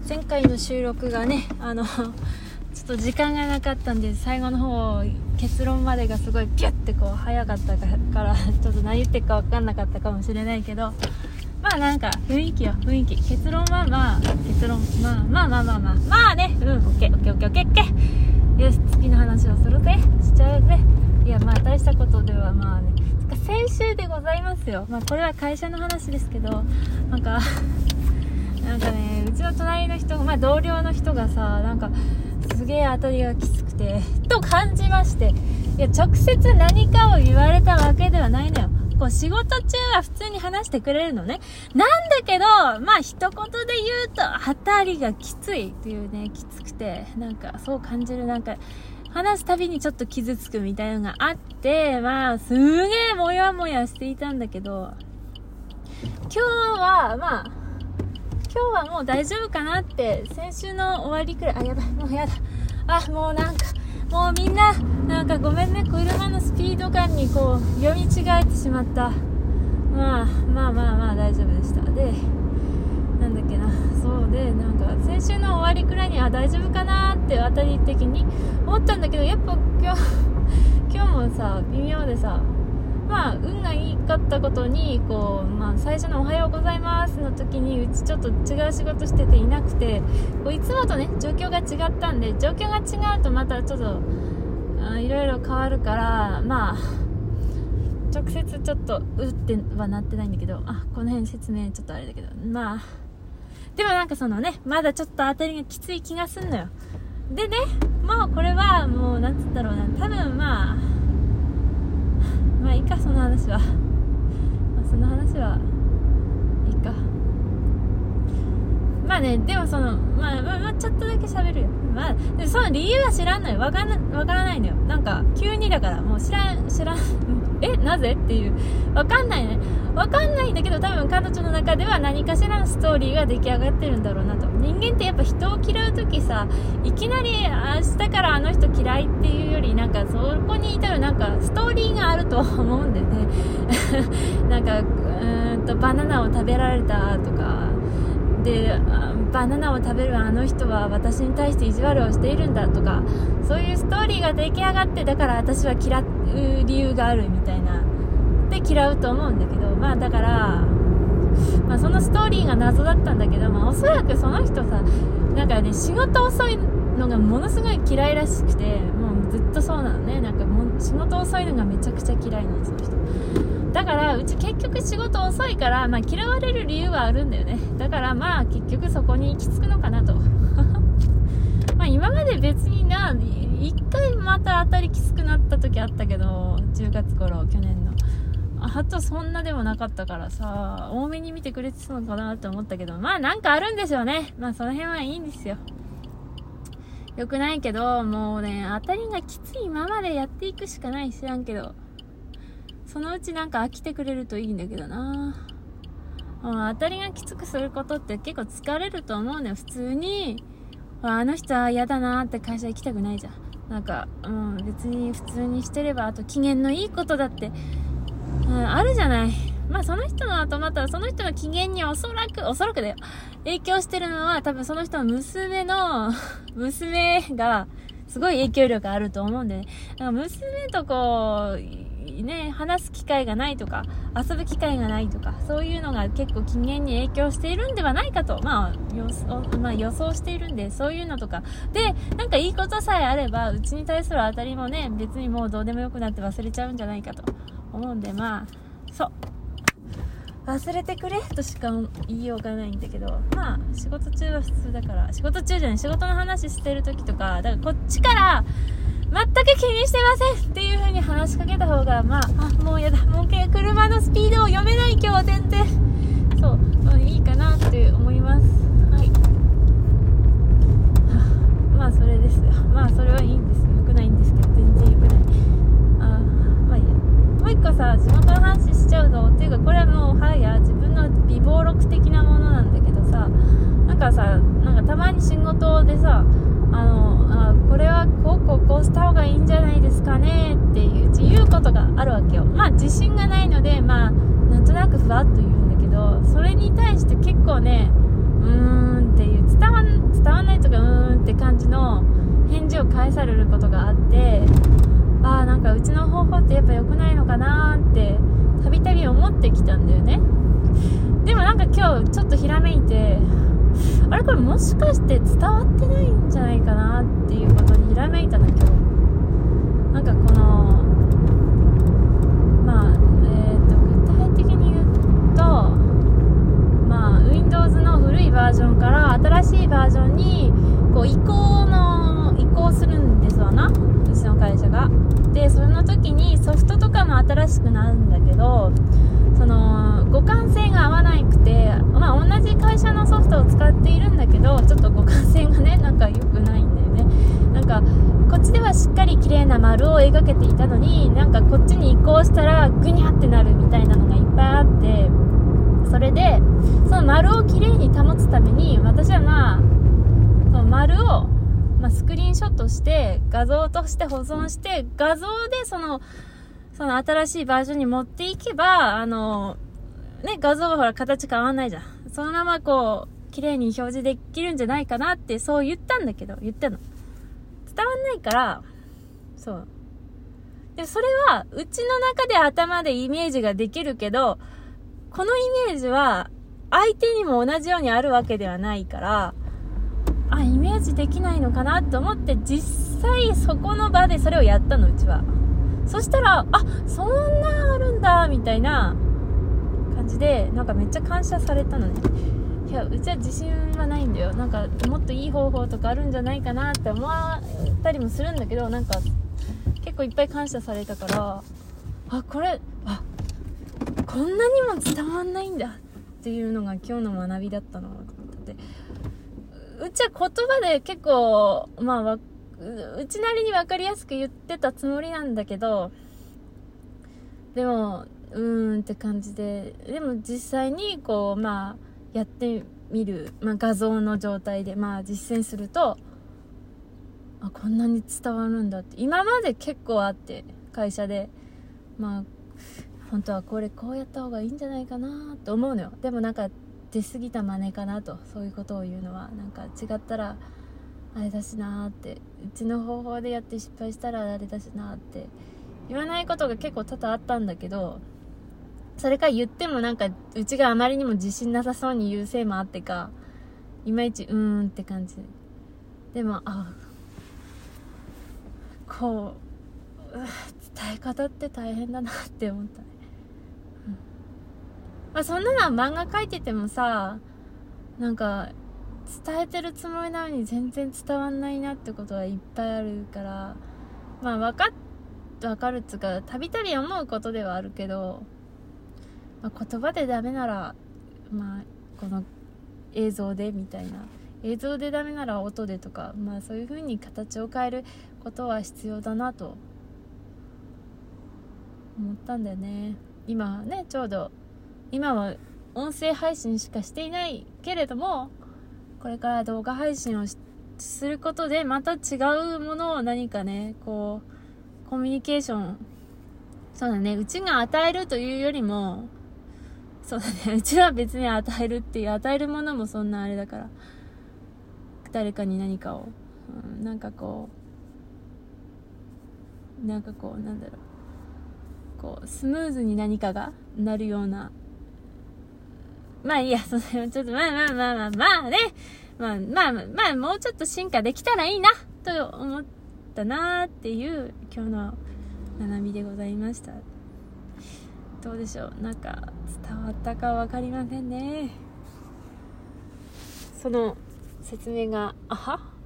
前回の収録がねちょっと時間がなかったんで、最後の方結論までがすごいピュッてこう早かったからちょっと何言ってるか分かんなかったかもしれないけど、まあなんか雰囲気結論はまあね、オッケー、よし次の話をするぜ、しちゃうぜ。いやまあ大したことではまあね、先週でございますよ。まあこれは会社の話ですけど、なんかね、うちの隣の人、まあ同僚の人がさ、なんかすげえ当たりがきつくてと感じまして、いや直接何かを言われたわけではないのよ。こう仕事中は普通に話してくれるのね。なんだけど、まあ一言で言うと当たりがきついっていうね、きつくて、なんかそう感じる、なんか話すたびにちょっと傷つくみたいなのがあって、まあすげえモヤモヤしていたんだけど、今日はもう大丈夫かなって、先週の終わりくらい、やばい、もうやだ、もうなんかもうみんななんかごめんね、車のスピード感にこう読み違えてしまった。まあ大丈夫でした。でなんだっけな、そうで、なんか先週の終わりくらいに大丈夫かなって当たり的に思ったんだけど、やっぱ今日もさ微妙でさ、まあ運がいいかったことにこう、まあ、最初のおはようございますの時にうちちょっと違う仕事してていなくて、こういつもとね状況が違ったんで、状況が違うとまたちょっといろいろ変わるから、まあ直接ちょっとってはなってないんだけど、この辺説明ちょっとあれだけど、まあでもなんかそのね、まだちょっと当たりがきつい気がすんのよ。でね、もうこれはもうなんつったろうな、多分まあいいか、その話はいいか。まあね、でもそのまあちょっとだけ喋るよ。まあでもその理由は知らんのよ。わからないのよ。なんか急にだからもう知らんなぜっていう、わかんないんだけど、多分彼女の中では何かしらのストーリーが出来上がってるんだろうなと。人間ってやっぱ人を嫌うときさ、いきなり明日からあの人嫌いっていうより、なんかそこに至るなんかストーリーがあると思うんでねなんかバナナを食べられたとかで、バナナを食べるあの人は私に対して意地悪をしているんだとか、そういうストーリーが出来上がって、だから私は嫌う理由があるみたいなで嫌うと思うんだけど、まあだから、まあそのストーリーが謎だったんだけど、まあおそらくその人さ、なんかね、仕事遅いのがものすごい嫌いらしくて、もうずっとそうなのね。なんかもう仕事遅いのがめちゃくちゃ嫌いなの、その人。だからうち結局仕事遅いから、まあ嫌われる理由はあるんだよね。だからまあ結局そこに行き着くのかなとまあ今まで別に一回また当たりきつくなった時あったけど、10月頃、去年のあとそんなでもなかったからさ、多めに見てくれてたのかなと思ったけど、まあなんかあるんでしょうね。まあその辺はいいんですよ。よくないけど、もうね、当たりがきついままでやっていくしかない。知らんけど、そのうちなんか飽きてくれるといいんだけどな。当たりがきつくすることって結構疲れると思うのよ。普通にあの人は嫌だなって会社行きたくないじゃん。なんか、別に普通にしてれば、あと機嫌のいいことだって、あるじゃない。まあその人の後、またその人の機嫌におそらくだよ、影響してるのは多分その人の娘がすごい影響力あると思うんでね。なんか娘とこうね、話す機会がないとか、遊ぶ機会がないとか、そういうのが結構機嫌に影響しているんではないかと、予想しているんで、そういうのとかで、なんかいいことさえあれば、うちに対する当たりもね、別にもうどうでもよくなって忘れちゃうんじゃないかと思うんで、まあそう忘れてくれとしか言いようがないんだけど、まあ仕事中は普通だから、仕事の話してる時とか、だからこっちから全く気にしてませんっていう風に話しかけた方が、もうやだ、もう車のスピードを読めない今日全然、そういいかなって思います。はい、まあそれですよ。まあそれはいいんですよ。良くないんですけど、全然良くない。まあいいや。もう一個さ、仕事の話しちゃうぞっていうか、これはもう自分の備忘録的なものなんだけどさ、なんかたまに仕事でさ、これはこうした方がいいんじゃないですかねって言うことがあるわけよ。まあ自信がないので、なんとなくふわっと言うんだけど、それに対して結構ね、っていう伝わん返されることがあって、なんかうちの方法ってやっぱ良くないのかなってたびたび思ってきたんだよね。でもなんか今日ちょっとひらめいて、あれこれもしかして伝わってないんじゃないかなっていうことにひらめいたの今日。なんかこの具体的に言うと、Windows の古いバージョンから新しいバージョンにこう移行するんですわな、うちの会社が。でその時にソフトとかも新しくなるんだけど、その互換性が合わなくて、同じ会社のソフトを使っているんだけど、ちょっと互換性がねなんか良くないんだよね。なんかこっちではしっかり綺麗な丸を描けていたのに、なんかこっちに移行したらグニャってなるみたいなのがいっぱいあって、それでその丸を綺麗に保つために私はその丸をスクリーンショットして画像として保存して、画像でその新しいバージョンに持っていけば画像はほら形変わんないじゃん。そのままこう綺麗に表示できるんじゃないかなってそう言ったんだけど、言ったの伝わんないから、そうでそれはうちの中で頭でイメージができるけど、このイメージは相手にも同じようにあるわけではないから、イメージできないのかなと思って実際そこの場でそれをやったの、うちは。そしたらそんなあるんだみたいな感じで、なんかめっちゃ感謝されたのね。いやうちは自信はないんだよ。なんかもっといい方法とかあるんじゃないかなって思ったりもするんだけど、なんか結構いっぱい感謝されたから、これこんなにも伝わんないんだっていうのが今日の学びだったの。だってうちは言葉で結構うちなりに分かりやすく言ってたつもりなんだけど、でもって感じで、でも実際にこうやってみる、画像の状態で実践すると、こんなに伝わるんだって。今まで結構あって、会社で本当はこうやった方がいいんじゃないかなと思うのよ。でもなんか出過ぎた真似かなと、そういうことを言うのはなんか違ったらあれだしなって、うちの方法でやって失敗したらあれだしなって言わないことが結構多々あったんだけど、それから言ってもなんかうちがあまりにも自信なさそうに言うせいもあってか、いまいちって感じでもこう伝え方って大変だなって思ったね。そんなのは漫画描いててもさ、なんか伝えてるつもりなのに全然伝わんないなってことはいっぱいあるから、分かるっつうかたびたび思うことではあるけど、言葉でダメならこの映像でみたいな、映像でダメなら音でとか、そういう風に形を変えることは必要だなと思ったんだよね。今ね、ちょうど今は音声配信しかしていないけれども、これから動画配信をすることでまた違うものを何かね、こうコミュニケーション、そうだね、うちが与えるというよりも、そうだね、うちは別に与えるっていう、与えるものもそんなあれだから、誰かに何かを、なんだろう、こうスムーズに何かがなるような、いいや、それちょっともうちょっと進化できたらいいなと思ったなっていう今日の学びでございました。どうでしょう、なんか伝わったか分かりませんね。その説明が